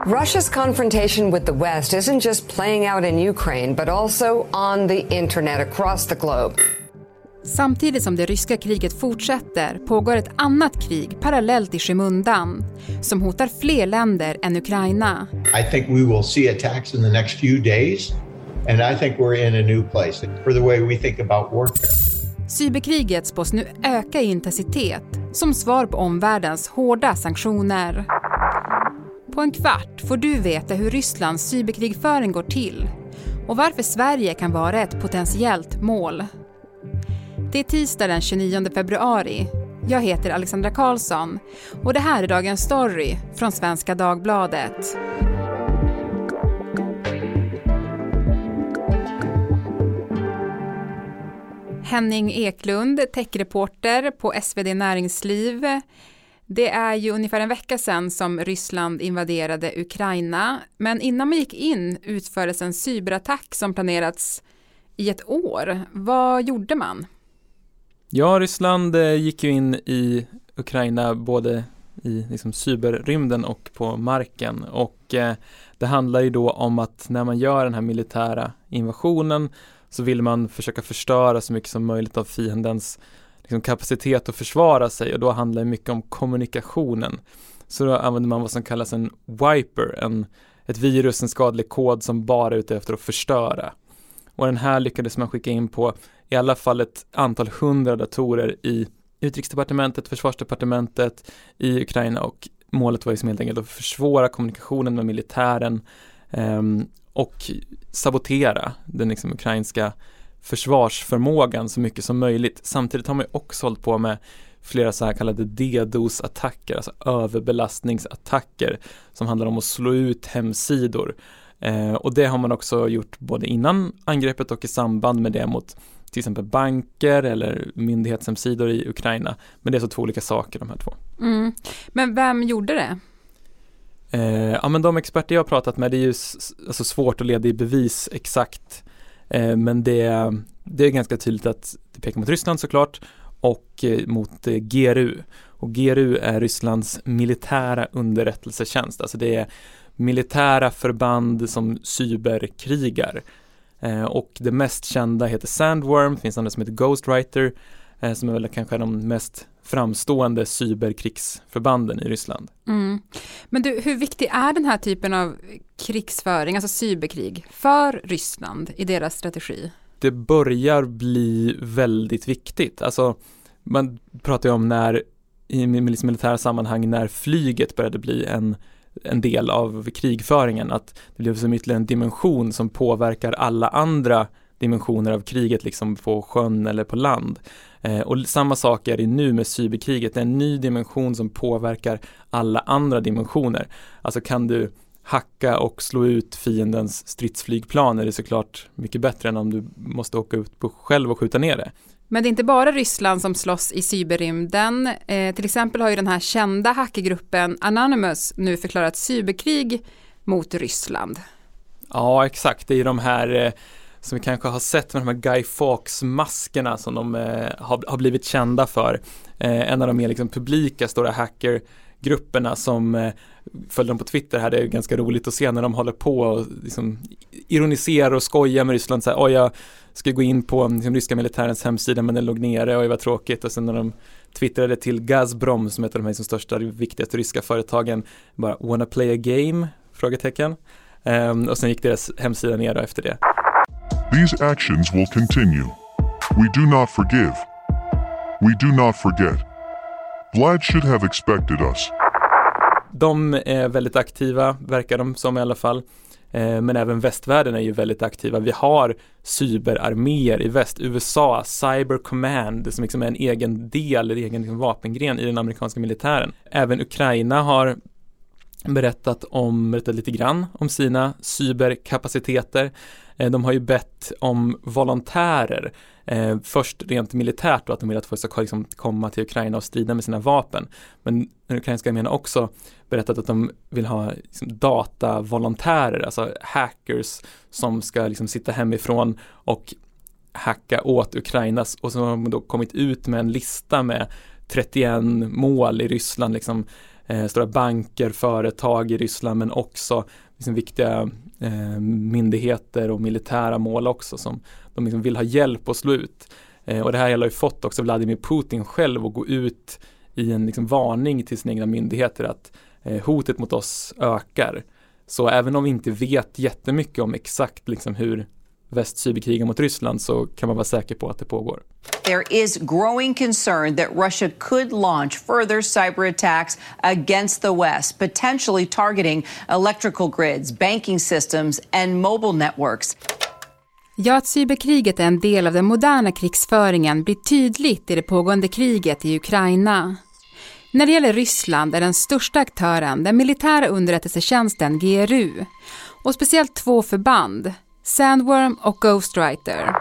Russia's confrontation with the West isn't just playing out in Ukraine, but also on the internet across the globe. Samtidigt som det ryska kriget fortsätter pågår ett annat krig parallellt i skymundan som hotar fler länder än Ukraina. I think we will see attacks in the next few days and I think we're in a new place for the way we think about warfare. Cyberkriget spås nu öka i intensitet som svar på omvärldens hårda sanktioner. På en kvart får du veta hur Rysslands cyberkrigföring går till och varför Sverige kan vara ett potentiellt mål. Det är tisdag den 29 februari. Jag heter Alexandra Karlsson och det här är dagens story från Svenska Dagbladet. Henning Eklund, techreporter på SvD Näringsliv. Det är ju ungefär en vecka sedan som Ryssland invaderade Ukraina. Men innan man gick in utfördes en cyberattack som planerats i ett år. Vad gjorde man? Ja, Ryssland gick ju in i Ukraina både i cyberrymden och på marken. Och det handlar ju då om att när man gör den här militära invasionen så vill man försöka förstöra så mycket som möjligt av fiendens kapacitet att försvara sig. Och då handlar det mycket om kommunikationen. Så då använder man vad som kallas en wiper, ett virus, en skadlig kod som bara är ute efter att förstöra. Och den här lyckades man skicka in på i alla fall ett antal 100 datorer i Utrikesdepartementet, Försvarsdepartementet i Ukraina, och målet var ju helt enkelt att försvåra kommunikationen med militären och sabotera den ukrainska försvarsförmågan så mycket som möjligt. Samtidigt har man ju också hållit på med flera så här kallade DDoS-attacker, alltså överbelastningsattacker som handlar om att slå ut hemsidor. Och det har man också gjort både innan angreppet och i samband med det mot till exempel banker eller myndighetshemsidor i Ukraina. Men det är så två olika saker, de här två. Mm. Men vem gjorde det? Ja, men de experter jag har pratat med, det är ju alltså svårt att leda i bevis exakt. Men det är ganska tydligt att det pekar mot Ryssland såklart och mot GRU. Och GRU är Rysslands militära underrättelsetjänst. Alltså det är militära förband som cyberkrigar. Och det mest kända heter Sandworm, det finns andra som heter Ghostwriter, som är väl kanske de mest framstående cyberkrigsförbanden i Ryssland. Mm. Men du, hur viktig är den här typen av krigsföring, alltså cyberkrig, för Ryssland i deras strategi? Det börjar bli väldigt viktigt. Alltså, man pratar ju om när i militära sammanhang när flyget började bli en del av krigföringen, att det blev som ytterligare en dimension som påverkar alla andra dimensioner av kriget, liksom på sjön eller på land. Och samma sak är det nu med cyberkriget. Det är en ny dimension som påverkar alla andra dimensioner. Alltså kan du hacka och slå ut fiendens stridsflygplan är det såklart mycket bättre än om du måste åka ut på själv och skjuta ner det. Men det är inte bara Ryssland som slåss i cyberrymden. Till exempel har ju den här kända hackergruppen Anonymous nu förklarat cyberkrig mot Ryssland. Ja, exakt. Det är ju de här som vi kanske har sett med de här Guy Fawkes-maskerna som de har blivit kända för. En av de mer publika stora hackergrupperna som följer dem på Twitter här. Det är ganska roligt att se när de håller på och ironiserar och skojar med Ryssland. Så här, jag ska gå in på ryska militärens hemsida men den låg nere och det var tråkigt. Och sen när de twittrade till Gazprom, som heter de här som största, viktigaste ryska företagen, bara wanna play a game? Frågetecken. Och sen gick deras hemsida ner efter det. These actions will continue. We do not forgive. We do not forget. Vlad should have expected us. De är väldigt aktiva, verkar de som i alla fall. Men även västvärlden är ju väldigt aktiva. Vi har cyberarméer i väst. USA, Cyber Command, som är en egen del, en egen vapengren i den amerikanska militären. Även Ukraina har berättat lite grann om sina cyberkapaciteter. De har ju bett om volontärer. Först rent militärt då, att de vill att folk ska komma till Ukraina och strida med sina vapen. Men den ukrainska armén har också berättat att de vill ha datavolontärer, alltså hackers som ska sitta hemifrån och hacka åt Ukrainas. Och så har de då kommit ut med en lista med 31 mål i Ryssland stora banker, företag i Ryssland, men också liksom viktiga myndigheter och militära mål också som de liksom vill ha hjälp att slå ut. Och det här har ju fått också Vladimir Putin själv att gå ut i en liksom varning till sina egna myndigheter att hotet mot oss ökar. Så även om vi inte vet jättemycket om exakt liksom hur väst cyberkrigar mot Ryssland, så kan man vara säker på att det pågår. There is growing concern that Russia could launch further cyber attacks against the West, potentially targeting electrical grids, banking systems and mobile networks. Ja, att cyberkriget är en del av den moderna krigsföringen blir tydligt i det pågående kriget i Ukraina. När det gäller Ryssland är den största aktören den militära underrättelsetjänsten GRU och speciellt 2 förband, Sandworm och Ghostwriter.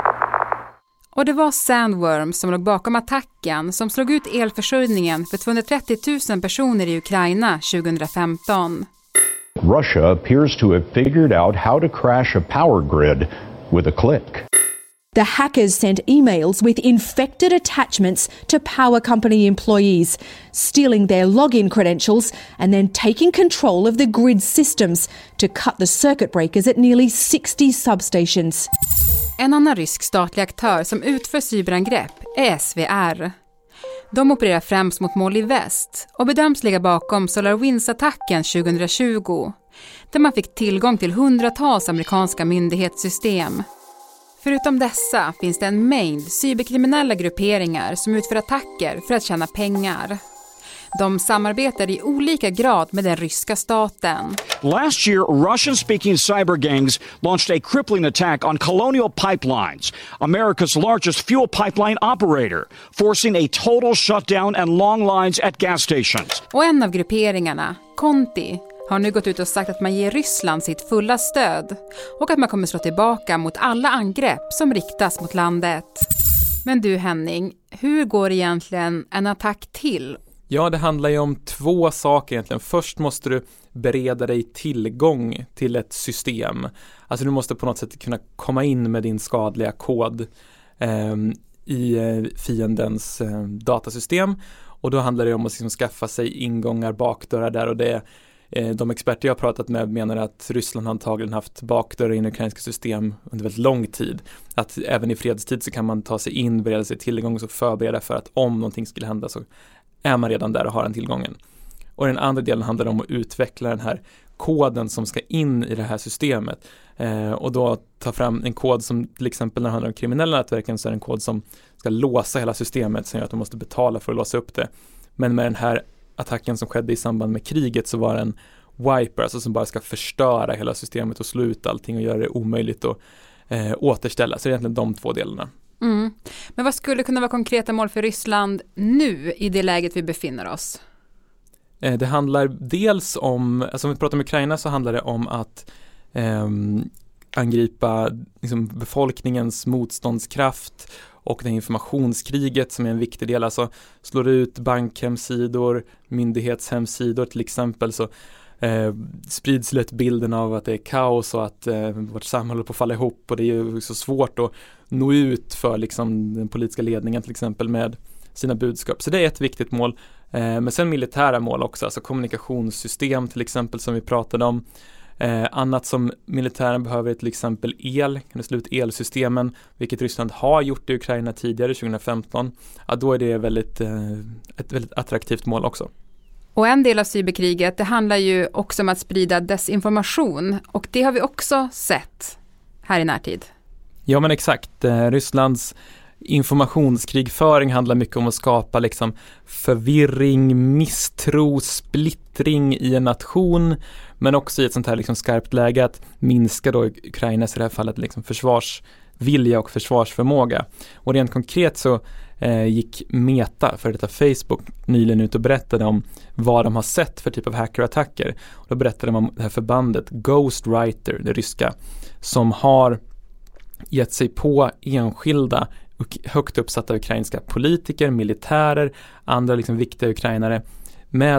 Och det var Sandworm som låg bakom attacken som slog ut elförsörjningen för 230 000 personer i Ukraina 2015. Russia appears to have figured out how to crash a power grid with a click. The hackers sent emails with infected attachments to power company employees, stealing their login credentials and then taking control of the grid systems to cut the circuit breakers at nearly 60 substations. En annan rysk statlig aktör som utför cyberangrepp är SVR. De opererar främst mot mål i väst och bedöms ligga bakom SolarWinds-attacken 2020, där man fick tillgång till hundratals amerikanska myndighetssystem. Förutom dessa finns det en mängd cyberkriminella grupperingar som utför attacker för att tjäna pengar. De samarbetar i olika grad med den ryska staten. Last year, Russian-speaking cyber gangs launched a crippling attack on Colonial Pipelines, America's largest fuel pipeline operator, forcing a total shutdown and long lines at gas stations. Och en av grupperingarna, Conti, har nu gått ut och sagt att man ger Ryssland sitt fulla stöd och att man kommer slå tillbaka mot alla angrepp som riktas mot landet. Men du Henning, hur går egentligen en attack till? Ja, det handlar ju om 2 saker egentligen. Först måste du bereda dig tillgång till ett system. Alltså du måste på något sätt kunna komma in med din skadliga kod i fiendens datasystem. Och då handlar det om att liksom skaffa sig ingångar, bakdörrar där, och det de experter jag har pratat med menar att Ryssland antagligen haft bakdörrar i ukrainska system under väldigt lång tid. Att även i fredstid så kan man ta sig in, bereda sig tillgång och bereda för att om någonting skulle hända så är man redan där och har den tillgången. Och den andra delen handlar om att utveckla den här koden som ska in i det här systemet. Och då ta fram en kod som till exempel när det handlar om kriminella nätverken så är det en kod som ska låsa hela systemet, så att de måste betala för att låsa upp det. Men med den här attacken som skedde i samband med kriget så var det en wiper, alltså som bara ska förstöra hela systemet och slå ut allting och göra det omöjligt att återställa. Så det är egentligen de 2 delarna. Mm. Men vad skulle kunna vara konkreta mål för Ryssland nu i det läget vi befinner oss? Det handlar dels om, alltså om vi pratar om Ukraina så handlar det om att angripa liksom, befolkningens motståndskraft och det informationskriget som är en viktig del. Alltså slår ut bankhemsidor, myndighetshemsidor till exempel, så sprids lätt bilden av att det är kaos och att vårt samhälle håller på att falla ihop, och det är ju så svårt att nå ut för liksom, den politiska ledningen till exempel med sina budskap. Så det är ett viktigt mål. Men sen militära mål också, alltså kommunikationssystem till exempel som vi pratade om. Annat som militären behöver är till exempel el, kan du slå ut elsystemen, vilket Ryssland har gjort i Ukraina tidigare 2015. Ja, då är det ett väldigt attraktivt mål också. Och en del av cyberkriget, det handlar ju också om att sprida desinformation, och det har vi också sett här i närtid. Ja, men exakt. Rysslands informationskrigföring handlar mycket om att skapa liksom förvirring, misstro, splittring i en nation, men också i ett sånt här liksom skarpt läge att minska då Ukrainas i det här fallet liksom försvarsvilja och försvarsförmåga. Och rent konkret så gick Meta, för detta Facebook, nyligen ut och berättade om vad de har sett för typ av hackerattacker. Och då berättade de om det här förbandet Ghostwriter, det ryska, som har gett sig på enskilda högt uppsatta ukrainska politiker, militärer, andra liksom viktiga ukrainare med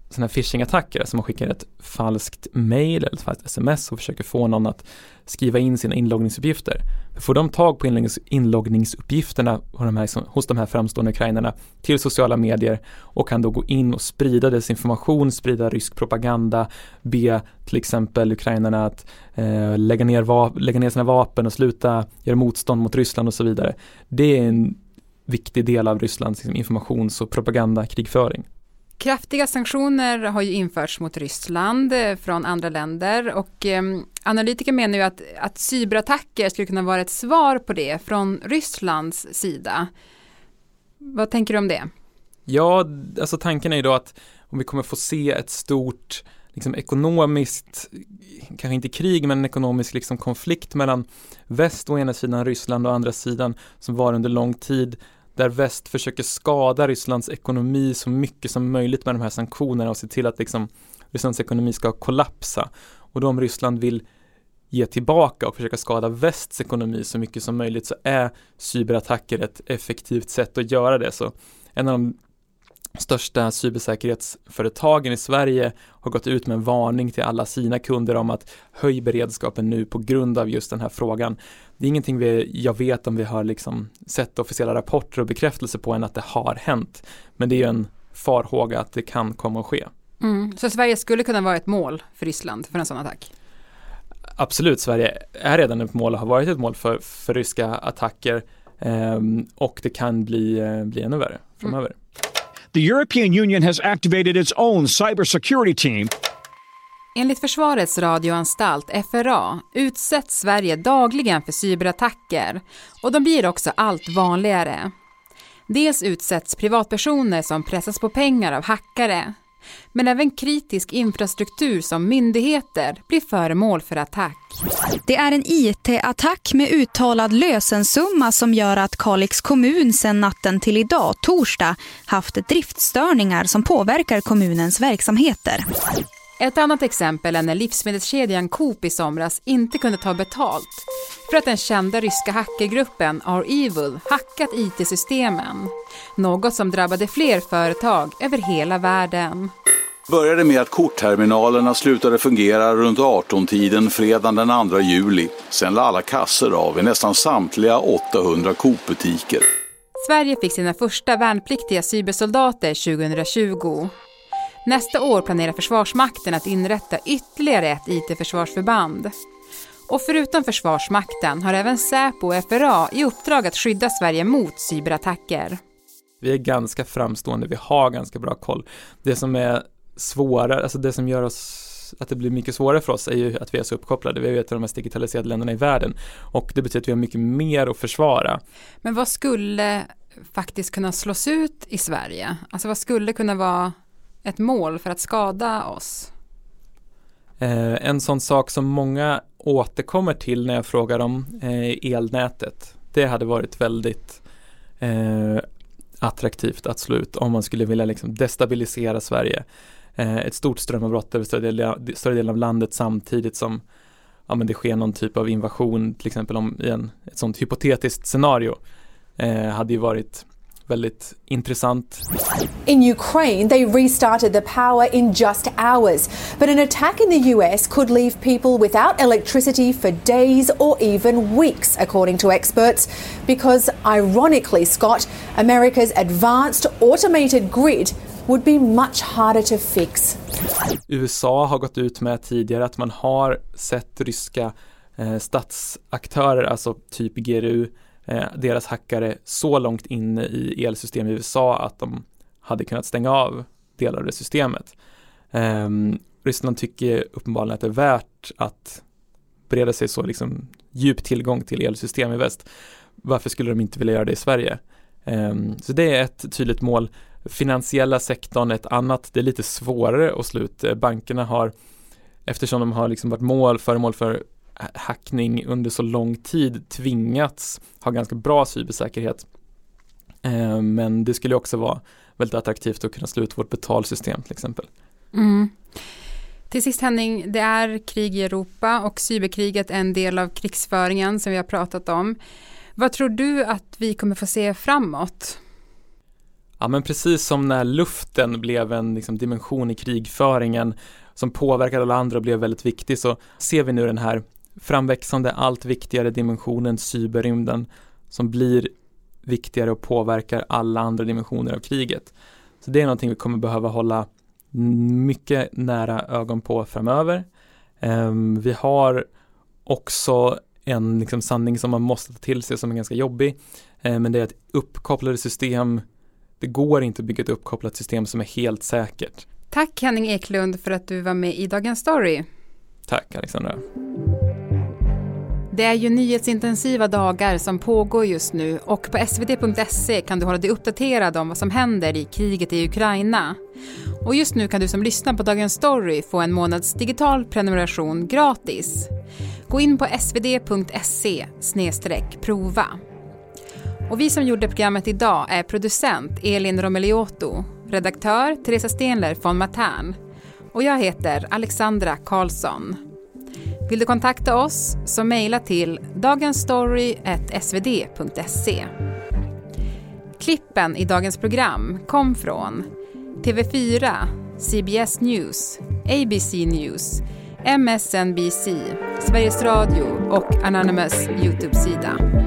sådana här phishing-attacker, alltså man skickar ett falskt mejl eller ett falskt sms och försöker få någon att skriva in sina inloggningsuppgifter. Får de tag på inloggningsuppgifterna hos de här framstående ukrainarna till sociala medier och kan då gå in och sprida desinformation, sprida rysk propaganda, be till exempel ukrainarna att lägga ner sina vapen och sluta göra motstånd mot Ryssland och så vidare. Det är en viktig del av Rysslands informations- och propagandakrigföring. Kraftiga sanktioner har ju införts mot Ryssland från andra länder och analytiker menar ju att cyberattacker skulle kunna vara ett svar på det från Rysslands sida. Vad tänker du om det? Ja, alltså tanken är ju då att om vi kommer få se ett stort ekonomiskt, kanske inte krig, men en ekonomisk konflikt mellan väst å ena sidan, Ryssland å andra sidan som var under lång tid, där väst försöker skada Rysslands ekonomi så mycket som möjligt med de här sanktionerna och se till att Rysslands ekonomi ska kollapsa. Och då om Ryssland vill ge tillbaka och försöka skada västs ekonomi så mycket som möjligt så är cyberattacker ett effektivt sätt att göra det. Så en av de största cybersäkerhetsföretagen i Sverige har gått ut med en varning till alla sina kunder om att höj beredskapen nu på grund av just den här frågan. Det är ingenting jag vet om vi har sett officiella rapporter och bekräftelse på än att det har hänt. Men det är ju en farhåga att det kan komma att ske. Så Sverige skulle kunna vara ett mål för Ryssland för en sån attack? Absolut, Sverige är redan ett mål och har varit ett mål för ryska attacker och det kan bli ännu värre framöver. The European Union has activated its own cybersecurity team. Enligt Försvarets radioanstalt, FRA, utsätts Sverige dagligen för cyberattacker och de blir också allt vanligare. Dels utsätts privatpersoner som pressas på pengar av hackare, men även kritisk infrastruktur som myndigheter blir föremål för attack. Det är en IT-attack med uttalad lösensumma som gör att Kalix kommun sedan natten till idag, torsdag, haft driftstörningar som påverkar kommunens verksamheter. Ett annat exempel är när livsmedelskedjan Coop i somras inte kunde ta betalt för att den kända ryska hackergruppen R-Evil hackat IT-systemen. Något som drabbade fler företag över hela världen. Började med att kortterminalerna slutade fungera runt 18-tiden fredagen den 2 juli. Sen la alla kasser av i nästan samtliga 800 Coop-butiker. Sverige fick sina första värnpliktiga cybersoldater 2020. Nästa år planerar Försvarsmakten att inrätta ytterligare ett IT-försvarsförband. Och förutom Försvarsmakten har även Säpo och FRA i uppdrag att skydda Sverige mot cyberattacker. Vi är ganska framstående, vi har ganska bra koll. Det som är svårare, alltså det som gör att det blir mycket svårare för oss är ju att vi är så uppkopplade. Vi är ett av de mest digitaliserade länderna i världen och det betyder att vi har mycket mer att försvara. Men vad skulle faktiskt kunna slås ut i Sverige? Alltså vad skulle kunna vara ett mål för att skada oss? En sån sak som många återkommer till när jag frågar om elnätet. Det hade varit väldigt attraktivt att slå ut om man skulle vilja destabilisera Sverige. Ett stort strömavbrott över större delen av landet samtidigt som det sker någon typ av invasion, till exempel ett sånt hypotetiskt scenario hade ju varit väldigt intressant. In Ukraine, they restarted the power in just hours. But an attack in the US could leave people without electricity for days or even weeks, according to experts. Because, ironically, Scott, America's advanced automated grid would be much harder to fix. USA har gått ut med tidigare att man har sett ryska statsaktörer, alltså typ GRU, deras hackare så långt inne i elsystem i USA att de hade kunnat stänga av delar av det systemet. Ryssland tycker uppenbarligen att det är värt att bereda sig så djup tillgång till elsystem i väst. Varför skulle de inte vilja göra det i Sverige? Så det är ett tydligt mål. Finansiella sektorn ett annat, det är lite svårare att slå ut. Bankerna har, eftersom de har varit föremål för hackning under så lång tid, tvingats ha ganska bra cybersäkerhet. Men det skulle också vara väldigt attraktivt att kunna slå ut vårt betalsystem till exempel. Till sist Henning, det är krig i Europa och cyberkriget är en del av krigsföringen som vi har pratat om. Vad tror du att vi kommer få se framåt? Ja, men precis som när luften blev en liksom, dimension i krigföringen som påverkade alla andra och blev väldigt viktig, så ser vi nu den här framväxande allt viktigare dimensionen cyberrymden som blir viktigare och påverkar alla andra dimensioner av kriget. Så det är någonting vi kommer behöva hålla mycket nära ögon på framöver. Vi har också en liksom, sanning som man måste ta till sig som är ganska jobbig. Men det är att uppkopplade system, det går inte att bygga ett uppkopplat system som är helt säkert. Tack Henning Eklund för att du var med i Dagens Story. Tack Alexandra. Det är ju nyhetsintensiva dagar som pågår just nu och på svd.se kan du hålla dig uppdaterad om vad som händer i kriget i Ukraina. Och just nu kan du som lyssnar på Dagens Story få en månads digital prenumeration gratis. Gå in på svd.se/prova. Och vi som gjorde programmet idag är producent Elin Romeliotto, redaktör Teresa Stenler von Matern och jag heter Alexandra Karlsson. Vill du kontakta oss så mejla till dagensstory@svd.se. Klippen i dagens program kom från TV4, CBS News, ABC News, MSNBC, Sveriges Radio och Anonymous YouTube-sida.